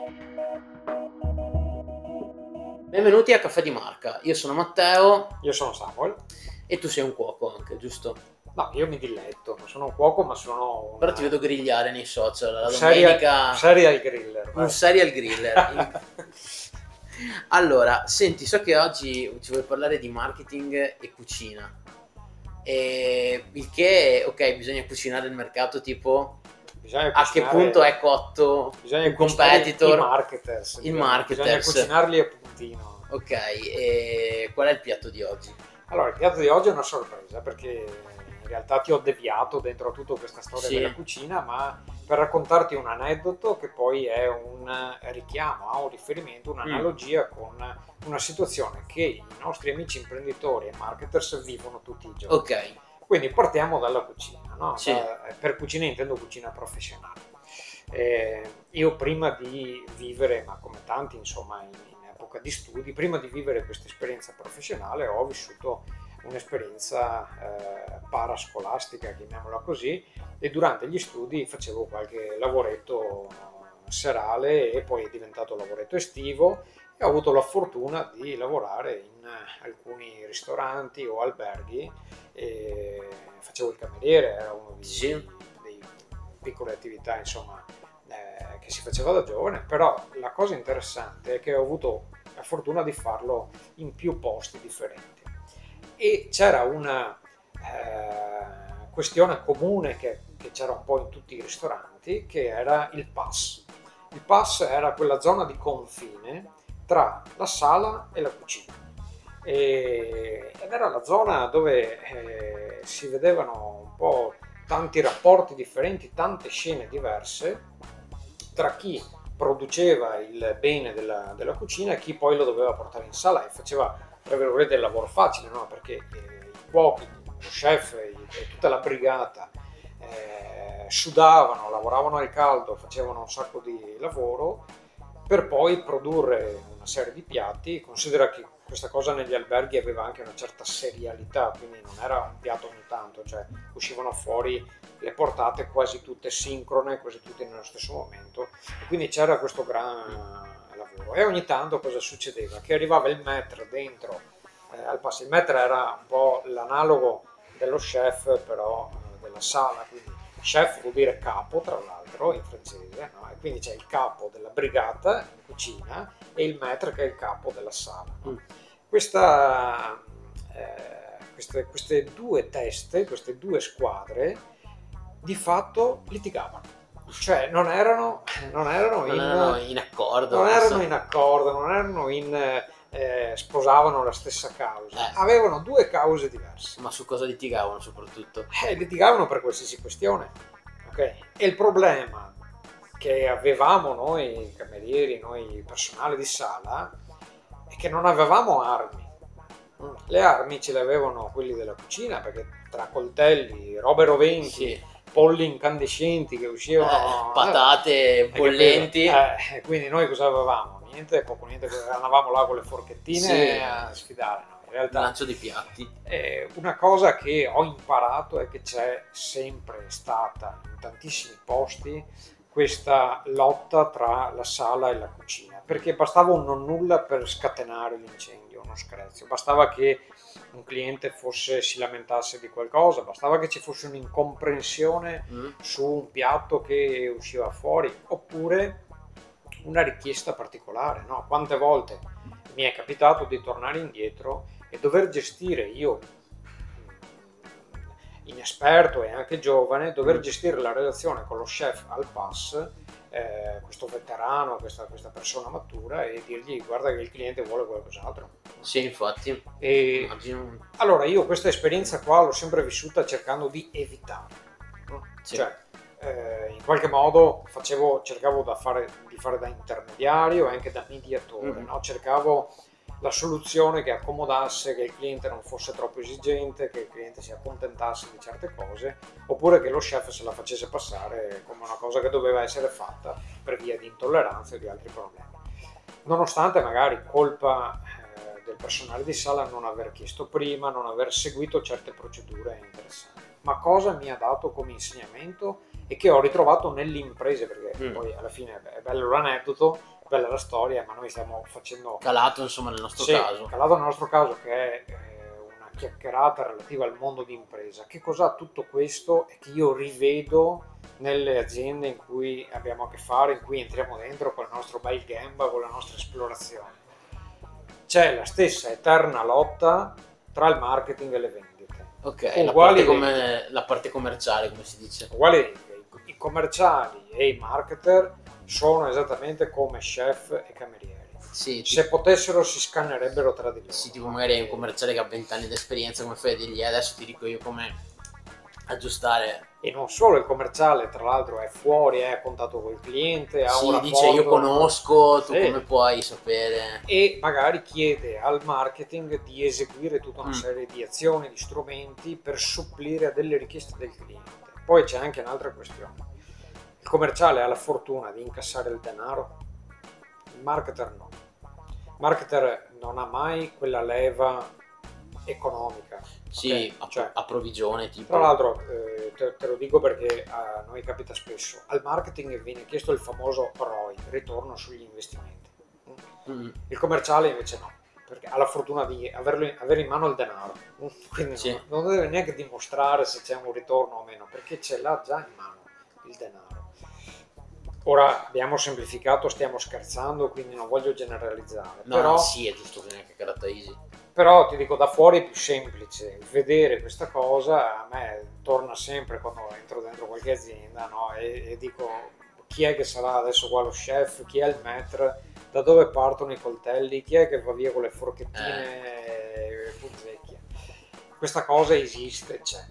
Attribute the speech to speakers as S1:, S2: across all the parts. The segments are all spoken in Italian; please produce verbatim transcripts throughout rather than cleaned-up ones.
S1: Benvenuti a Caffè di Marca, io sono Matteo.
S2: Io sono Samuel.
S1: E tu sei un cuoco anche, giusto?
S2: No, io mi diletto, non sono un cuoco ma sono un...
S1: Però ti vedo grigliare nei social, la
S2: un
S1: domenica...
S2: serial, serial griller.
S1: Un serial griller. Allora, senti, so che oggi ci vuoi parlare di marketing e cucina. E il che, ok, bisogna cucinare il mercato, tipo...
S2: Bisogna
S1: a che punto è cotto
S2: bisogna
S1: un competitor?
S2: I marketers.
S1: Il marketers.
S2: Bisogna cucinarli a puntino.
S1: Ok, e qual è il piatto di oggi?
S2: Allora, il piatto di oggi è una sorpresa, perché in realtà ti ho deviato dentro tutta questa storia
S1: Sì.
S2: della cucina, ma per raccontarti un aneddoto che poi è un richiamo, ha un riferimento, un'analogia mm. con una situazione che i nostri amici imprenditori e marketers vivono tutti i giorni.
S1: Ok.
S2: Quindi partiamo dalla cucina, no?
S1: Sì.
S2: Da, per cucina intendo cucina professionale. Eh, io prima di vivere, ma come tanti insomma in, in epoca di studi, prima di vivere questa esperienza professionale ho vissuto un'esperienza eh, parascolastica, chiamiamola così, e durante gli studi facevo qualche lavoretto serale e poi è diventato lavoretto estivo e ho avuto la fortuna di lavorare in alcuni ristoranti o alberghi e facevo il cameriere, era uno di,
S1: sì.
S2: dei piccole attività insomma eh, che si faceva da giovane, però la cosa interessante è che ho avuto la fortuna di farlo in più posti differenti e c'era una eh, questione comune che, che c'era un po' in tutti i ristoranti, che era il pass. Il pass era quella zona di confine tra la sala e la cucina e, ed era la zona dove eh, si vedevano un po' tanti rapporti differenti, tante scene diverse tra chi produceva il bene della, della cucina e chi poi lo doveva portare in sala e faceva, tra virgolette, il lavoro facile, no? Perché eh, i cuochi, lo chef e, e tutta la brigata eh, sudavano, lavoravano al caldo, facevano un sacco di lavoro per poi produrre una serie di piatti. Considera che questa cosa negli alberghi aveva anche una certa serialità, quindi non era un piatto ogni tanto, cioè uscivano fuori le portate quasi tutte sincrone, quasi tutte nello stesso momento, e quindi c'era questo gran lavoro. E ogni tanto cosa succedeva? Che arrivava il maître dentro eh, al pass. Il maître era un po' l'analogo dello chef, però eh, della sala, quindi chef vuol dire capo, tra l'altro, in francese, no? E quindi c'è il capo della brigata in cucina e il maître che è il capo della sala. No? Mm. Questa, eh, queste, queste due teste, queste due squadre, di fatto litigavano. Cioè non erano, non erano,
S1: non
S2: in,
S1: erano in accordo.
S2: Non erano in accordo, non erano in... Eh, sposavano la stessa causa,
S1: eh.
S2: avevano due cause diverse.
S1: Ma su cosa litigavano soprattutto?
S2: Eh, litigavano per qualsiasi questione, ok? E il problema che avevamo noi camerieri, noi personale di sala, è che non avevamo armi. Le armi ce le avevano quelli della cucina, perché tra coltelli, robe roventi, sì. polli incandescenti che uscivano,
S1: eh, patate eh, bollenti,
S2: eh, quindi noi cosa avevamo? Niente, poco niente, andavamo là con le forchettine
S1: sì.
S2: a sfidare. No? In realtà,
S1: lancio di piatti.
S2: Eh, una cosa che ho imparato è che c'è sempre stata in tantissimi posti questa lotta tra la sala e la cucina, perché bastava un non nulla per scatenare l'incendio, uno screzio, bastava che un cliente fosse, si lamentasse di qualcosa, bastava che ci fosse un'incomprensione mm. su un piatto che usciva fuori, oppure una richiesta particolare, no? Quante volte mi è capitato di tornare indietro e dover gestire, io inesperto e anche giovane, dover gestire la relazione con lo chef al pass, eh, questo veterano, questa, questa persona matura, e dirgli guarda che il cliente vuole qualcos'altro.
S1: Sì, infatti.
S2: E
S1: immagino.
S2: Allora io questa esperienza qua l'ho sempre vissuta cercando di evitare, no? Sì. Cioè, eh, in qualche modo facevo, cercavo da fare, di fare da intermediario e anche da mediatore, mm-hmm. no? Cercavo la soluzione che accomodasse, che il cliente non fosse troppo esigente, che il cliente si accontentasse di certe cose, oppure che lo chef se la facesse passare come una cosa che doveva essere fatta per via di intolleranze o di altri problemi. Nonostante magari colpa eh, del personale di sala non aver chiesto prima, non aver seguito certe procedure interessanti. Ma cosa mi ha dato come insegnamento e che ho ritrovato nelle imprese, perché mm. poi alla fine è bello l'aneddoto, bella la storia, ma noi stiamo facendo...
S1: Calato insomma nel nostro
S2: Sì,
S1: caso.
S2: calato nel nostro caso, che è eh, una chiacchierata relativa al mondo di impresa. Che cos'ha tutto questo e che io rivedo nelle aziende in cui abbiamo a che fare, in cui entriamo dentro con il nostro bel gamba, con la nostra esplorazione. C'è la stessa eterna lotta tra il marketing e le vendite.
S1: Ok, la
S2: Uguali
S1: parte, come,
S2: identiche.
S1: la parte commerciale, come si dice.
S2: Uguali identiche. I commerciali e i marketer sono esattamente come chef e camerieri.
S1: Sì,
S2: Se
S1: tipo,
S2: potessero si scannerebbero tra di loro.
S1: sì, tipo magari hai un commerciale che ha venti anni di esperienza, come fai a dirgli adesso ti dico io come aggiustare.
S2: E non solo il commerciale, tra l'altro è fuori, è a contatto col cliente, ha un
S1: Sì,
S2: rapporto...
S1: dice io conosco, tu
S2: Sì.
S1: come puoi sapere?
S2: E magari chiede al marketing di eseguire tutta una
S1: Mm.
S2: serie di azioni, di strumenti per supplire a delle richieste del cliente. Poi c'è anche un'altra questione. Il commerciale ha la fortuna di incassare il denaro, il marketer no. Il marketer non ha mai quella leva economica.
S1: Sì,
S2: ok?
S1: a,
S2: Cioè,
S1: a provvigione tipo.
S2: tra l'altro, eh, te, te lo dico perché a noi capita spesso, al marketing viene chiesto il famoso R O I, ritorno sugli investimenti.
S1: Mm.
S2: Il commerciale invece no, perché ha la fortuna di averlo, avere in mano il denaro, quindi
S1: Sì.
S2: non, non deve neanche dimostrare se c'è un ritorno o meno, perché ce l'ha già in mano il denaro. Ora abbiamo semplificato, stiamo scherzando, quindi non voglio generalizzare,
S1: No,
S2: però,
S1: no, sì, è giusto che neanche caratterizzi.
S2: però ti dico, da fuori è più semplice vedere questa cosa. A me torna sempre quando entro dentro qualche azienda, no? e, e dico chi è che sarà adesso qua lo chef, chi è il maître, da dove partono i coltelli, chi è che va via con le forchettine eh. punzecchie. Questa cosa esiste, c'è,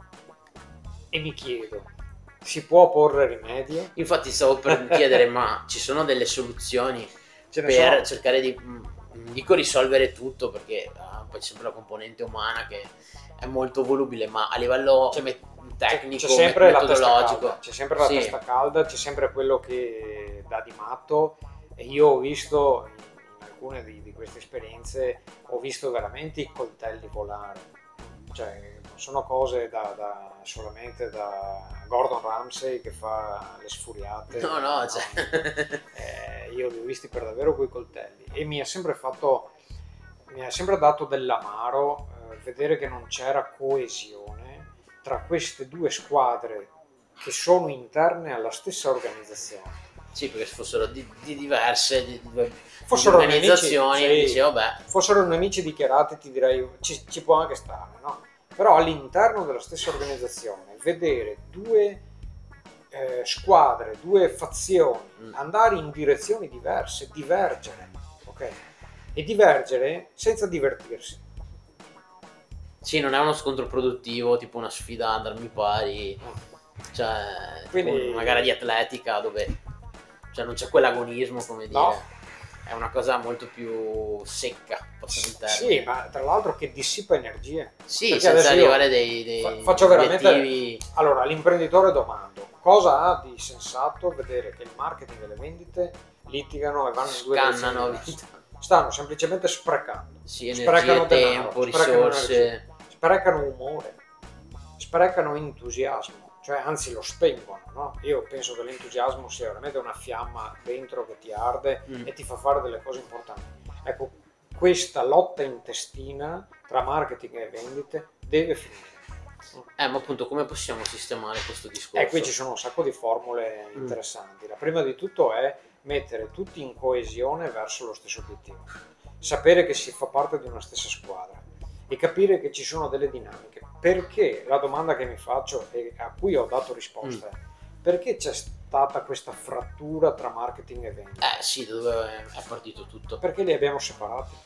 S2: e mi chiedo, si può porre rimedio?
S1: Infatti stavo per chiedere, ma ci sono delle soluzioni
S2: Ce ne
S1: per
S2: sono.
S1: cercare di, non dico risolvere tutto, perché ah, poi c'è sempre la componente umana che è molto volubile, ma a livello
S2: C'è-
S1: met- tecnico,
S2: c'è sempre la testa
S1: metodologico,
S2: calda, c'è sempre la
S1: sì.
S2: testa calda, c'è sempre quello che dà di matto, e io ho visto in, in alcune di, di queste esperienze, ho visto veramente i coltelli volare, cioè non sono cose da, da solamente da Gordon Ramsay che fa le sfuriate.
S1: No, no, cioè.
S2: Eh, io li ho visti per davvero quei coltelli, e mi ha sempre fatto, mi ha sempre dato dell'amaro eh, vedere che non c'era coesione tra queste due squadre che sono interne alla stessa organizzazione.
S1: Sì, perché se fossero di, di diverse di, di, di
S2: Fossero
S1: organizzazioni,
S2: nemici, sì.
S1: dici, vabbè,
S2: Fossero nemici dichiarati, ti direi ci, ci può anche stare, no? Però all'interno della stessa organizzazione vedere due eh, squadre, due fazioni
S1: Mm.
S2: andare in direzioni diverse, divergere, ok? E divergere senza divertirsi.
S1: sì, non è uno scontro produttivo, tipo una sfida ad armi pari, cioè tipo
S2: Quindi-
S1: una gara di atletica dove cioè, non c'è quell'agonismo, come dire.
S2: No.
S1: È una cosa molto più secca, passami il termine.
S2: Sì, ma tra l'altro che dissipa energie.
S1: Sì,
S2: Perché
S1: senza
S2: adesso io
S1: arrivare dei, dei
S2: fa- faccio veramente-
S1: obiettivi.
S2: Allora, all'imprenditore domando, cosa ha di sensato vedere che il marketing e le vendite litigano e vanno in due
S1: Scannano
S2: direzioni diverse? Stanno semplicemente sprecando.
S1: Sì,
S2: Sprecano
S1: energie,
S2: denaro,
S1: tempo,
S2: sprecano
S1: risorse.
S2: energie, sprecano umore, sprecano entusiasmo, cioè anzi lo spengono, no? Io penso che l'entusiasmo sia veramente una fiamma dentro che ti arde
S1: Mm.
S2: e ti fa fare delle cose importanti. Ecco, questa lotta intestina tra marketing e vendite deve finire.
S1: Eh, ma appunto come possiamo sistemare questo discorso?
S2: E qui ci sono un sacco di formule
S1: Mm.
S2: interessanti. La prima di tutto è mettere tutti in coesione verso lo stesso obiettivo, sapere che si fa parte di una stessa squadra e capire che ci sono delle dinamiche. Perché la domanda che mi faccio e a cui ho dato risposta è: perché c'è stata questa frattura tra marketing e vendita?
S1: Eh sì, da dove è partito tutto.
S2: Perché li abbiamo separati.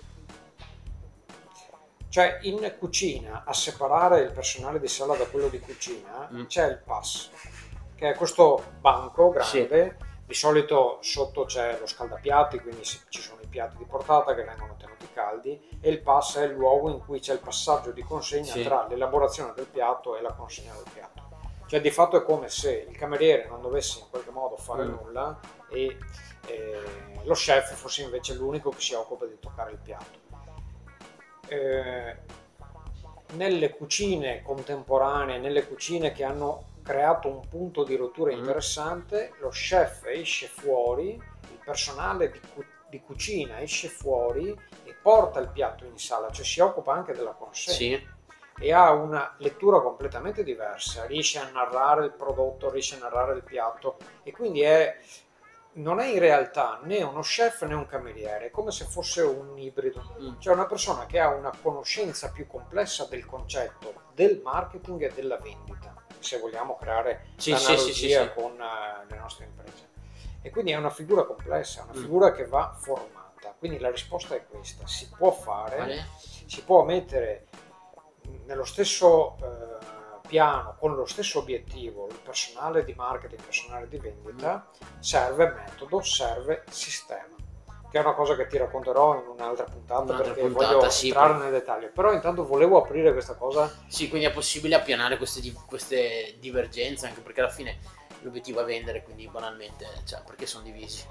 S2: Cioè in cucina, a separare il personale di sala da quello di cucina,
S1: Mm.
S2: c'è il P A S, che è questo banco grande. Di solito sotto c'è lo scaldapiatti, quindi ci sono i piatti di portata che vengono tenuti caldi, e il P A S è il luogo in cui c'è il passaggio di consegna
S1: Sì.
S2: tra l'elaborazione del piatto e la consegna del piatto. Cioè di fatto è come se il cameriere non dovesse in qualche modo fare
S1: Mm.
S2: nulla e eh, lo chef fosse invece l'unico che si occupa di toccare il piatto. Eh, nelle cucine contemporanee, nelle cucine che hanno creato un punto di rottura
S1: Mm.
S2: interessante, lo chef esce fuori, il personale di, cu- di cucina esce fuori e porta il piatto in sala, cioè si occupa anche della consegna.
S1: Sì.
S2: E ha una lettura completamente diversa, riesce a narrare il prodotto, riesce a narrare il piatto e quindi è, non è in realtà né uno chef né un cameriere, è come se fosse un ibrido,
S1: Mm.
S2: cioè una persona che ha una conoscenza più complessa del concetto del marketing e della vendita, se vogliamo creare
S1: Sì,
S2: l'analogia
S1: sì, sì, sì, sì.
S2: con uh, le nostre imprese. E quindi è una figura complessa, una
S1: Mm.
S2: figura che va formata. Quindi la risposta è questa: si può fare,
S1: Vale.
S2: si può mettere nello stesso eh, piano, con lo stesso obiettivo, il personale di marketing, il personale di vendita, serve metodo, serve sistema, che è una cosa che ti racconterò in un'altra puntata,
S1: Un'altra
S2: perché
S1: puntata,
S2: voglio
S1: sì,
S2: entrare
S1: per-
S2: nel dettaglio. Però intanto volevo aprire questa cosa.
S1: Sì, quindi è possibile appianare queste, di- queste divergenze, anche perché alla fine l'obiettivo è vendere, quindi banalmente, cioè, perché sono divisi.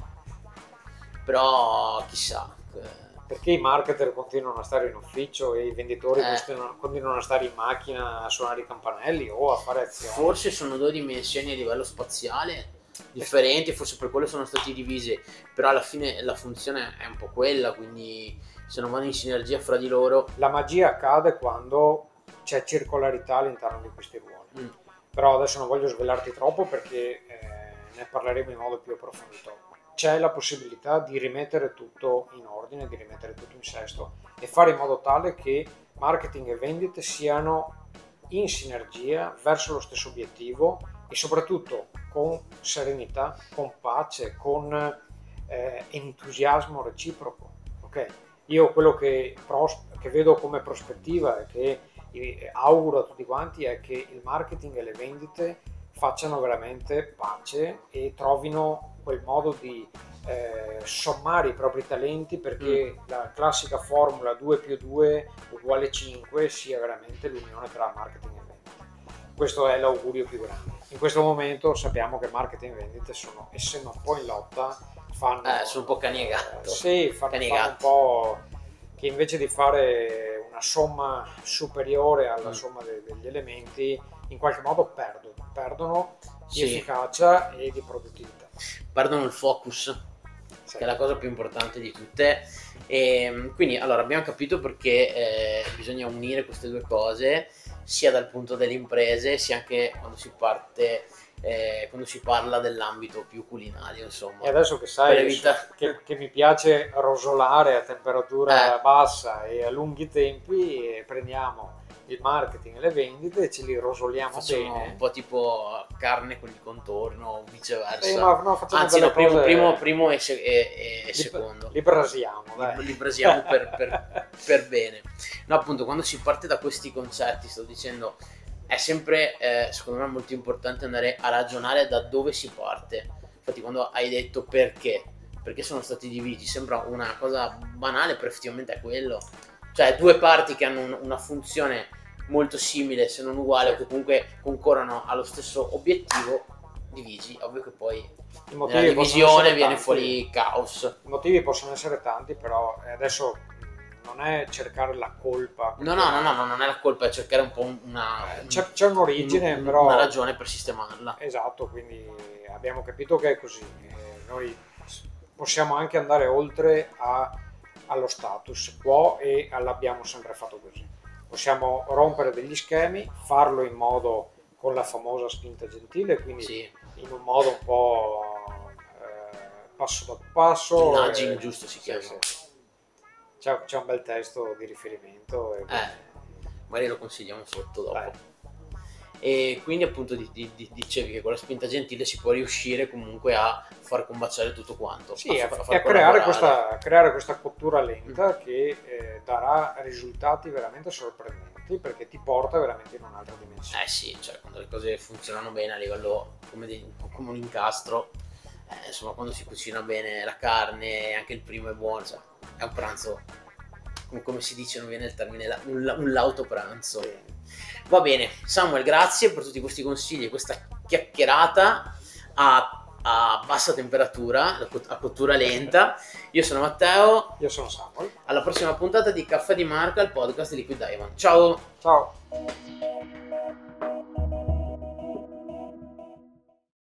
S1: Però chissà. eh,
S2: Perché i marketer continuano a stare in ufficio e i venditori
S1: Eh.
S2: continuano, continuano a stare in macchina a suonare i campanelli o a fare azioni.
S1: Forse sono due dimensioni a livello spaziale differenti, forse per quello sono stati divisi, però alla fine la funzione è un po' quella, quindi se non vanno in sinergia fra di loro.
S2: La magia accade quando c'è circolarità all'interno di questi ruoli.
S1: Mm.
S2: Però adesso non voglio svelarti troppo perché eh, ne parleremo in modo più approfondito. C'è la possibilità di rimettere tutto in ordine, di rimettere tutto in sesto e fare in modo tale che marketing e vendite siano in sinergia verso lo stesso obiettivo e soprattutto con serenità, con pace, con eh, entusiasmo reciproco. Ok? Io quello che, pros- che vedo come prospettiva e che eh, auguro a tutti quanti è che il marketing e le vendite facciano veramente pace e trovino quel modo di eh, sommare i propri talenti, perché mm. la classica formula due più due uguale cinque sia veramente l'unione tra marketing e vendite. Questo è l'augurio più grande. In questo momento sappiamo che marketing e vendite sono, essendo un po' in lotta, fanno,
S1: eh, sono un po' cani e gatto.
S2: Eh, sì, fanno, fanno un po' che invece di fare una somma superiore alla mm. somma de- degli elementi, in qualche modo perdono, perdono di sì. efficacia e di produttività.
S1: Perdono il focus, sì. che è la cosa più importante di tutte. E quindi allora abbiamo capito perché eh, bisogna unire queste due cose, sia dal punto delle imprese, sia anche quando si parte, eh, quando si parla dell'ambito più culinario, insomma.
S2: E adesso che sai vita... che, che mi piace rosolare a temperatura eh. bassa e a lunghi tempi, e prendiamo il marketing e le vendite e ce li rosoliamo
S1: facciamo
S2: bene,
S1: un po' tipo carne con il contorno o viceversa.
S2: Eh, no, no,
S1: anzi no, primo,
S2: cose...
S1: primo, primo e, se- e, e
S2: li,
S1: secondo
S2: li brasiamo dai.
S1: li, li brasiamo per, per, per bene. No, appunto, quando si parte da questi concetti, sto dicendo, è sempre eh, secondo me molto importante andare a ragionare da dove si parte. Infatti quando hai detto perché perché sono stati divisi, sembra una cosa banale, però effettivamente è quello, cioè due parti che hanno un, una funzione molto simile, se non uguale, o che comunque concorrono allo stesso obiettivo, divisi. Ovvio che poi
S2: i motivi
S1: nella divisione viene
S2: tanti.
S1: fuori caos.
S2: I motivi possono essere tanti, però adesso non è cercare la colpa.
S1: No, no, no, no, no, non è la colpa, è cercare un po' una...
S2: C'è, c'è un'origine,
S1: un,
S2: però...
S1: Una ragione per sistemarla.
S2: Esatto, quindi abbiamo capito che è così. Eh, noi possiamo anche andare oltre a, allo status quo e all'abbiamo sempre fatto così. Possiamo rompere degli schemi, farlo in modo con la famosa spinta gentile, quindi sì. in un modo un po' eh, passo dopo passo.
S1: Il nudging, eh, giusto si chiama.
S2: Sì, sì. C'è, c'è un bel testo di riferimento. E
S1: eh, magari lo consigliamo sotto dopo. Dai. E quindi appunto di, di, di, dicevi che con la spinta gentile si può riuscire comunque a far combaciare tutto quanto.
S2: Sì,
S1: a,
S2: a,
S1: a,
S2: a creare, questa, creare questa cottura lenta mm. che eh, darà risultati veramente sorprendenti, perché ti porta veramente in un'altra dimensione.
S1: Eh sì, cioè quando le cose funzionano bene a livello come, di, come un incastro, eh, insomma quando si cucina bene la carne, anche il primo è buono, cioè, è un pranzo, come, come si dice, non viene il termine, la, un, un lauto pranzo. Sì. Va bene, Samuel, grazie per tutti questi consigli, questa chiacchierata a, a bassa temperatura, a cottura lenta. Io sono Matteo.
S2: Io sono Samuel.
S1: Alla prossima puntata di Caffè di Marca, il podcast di Liquid Diamond. Ciao!
S2: Ciao!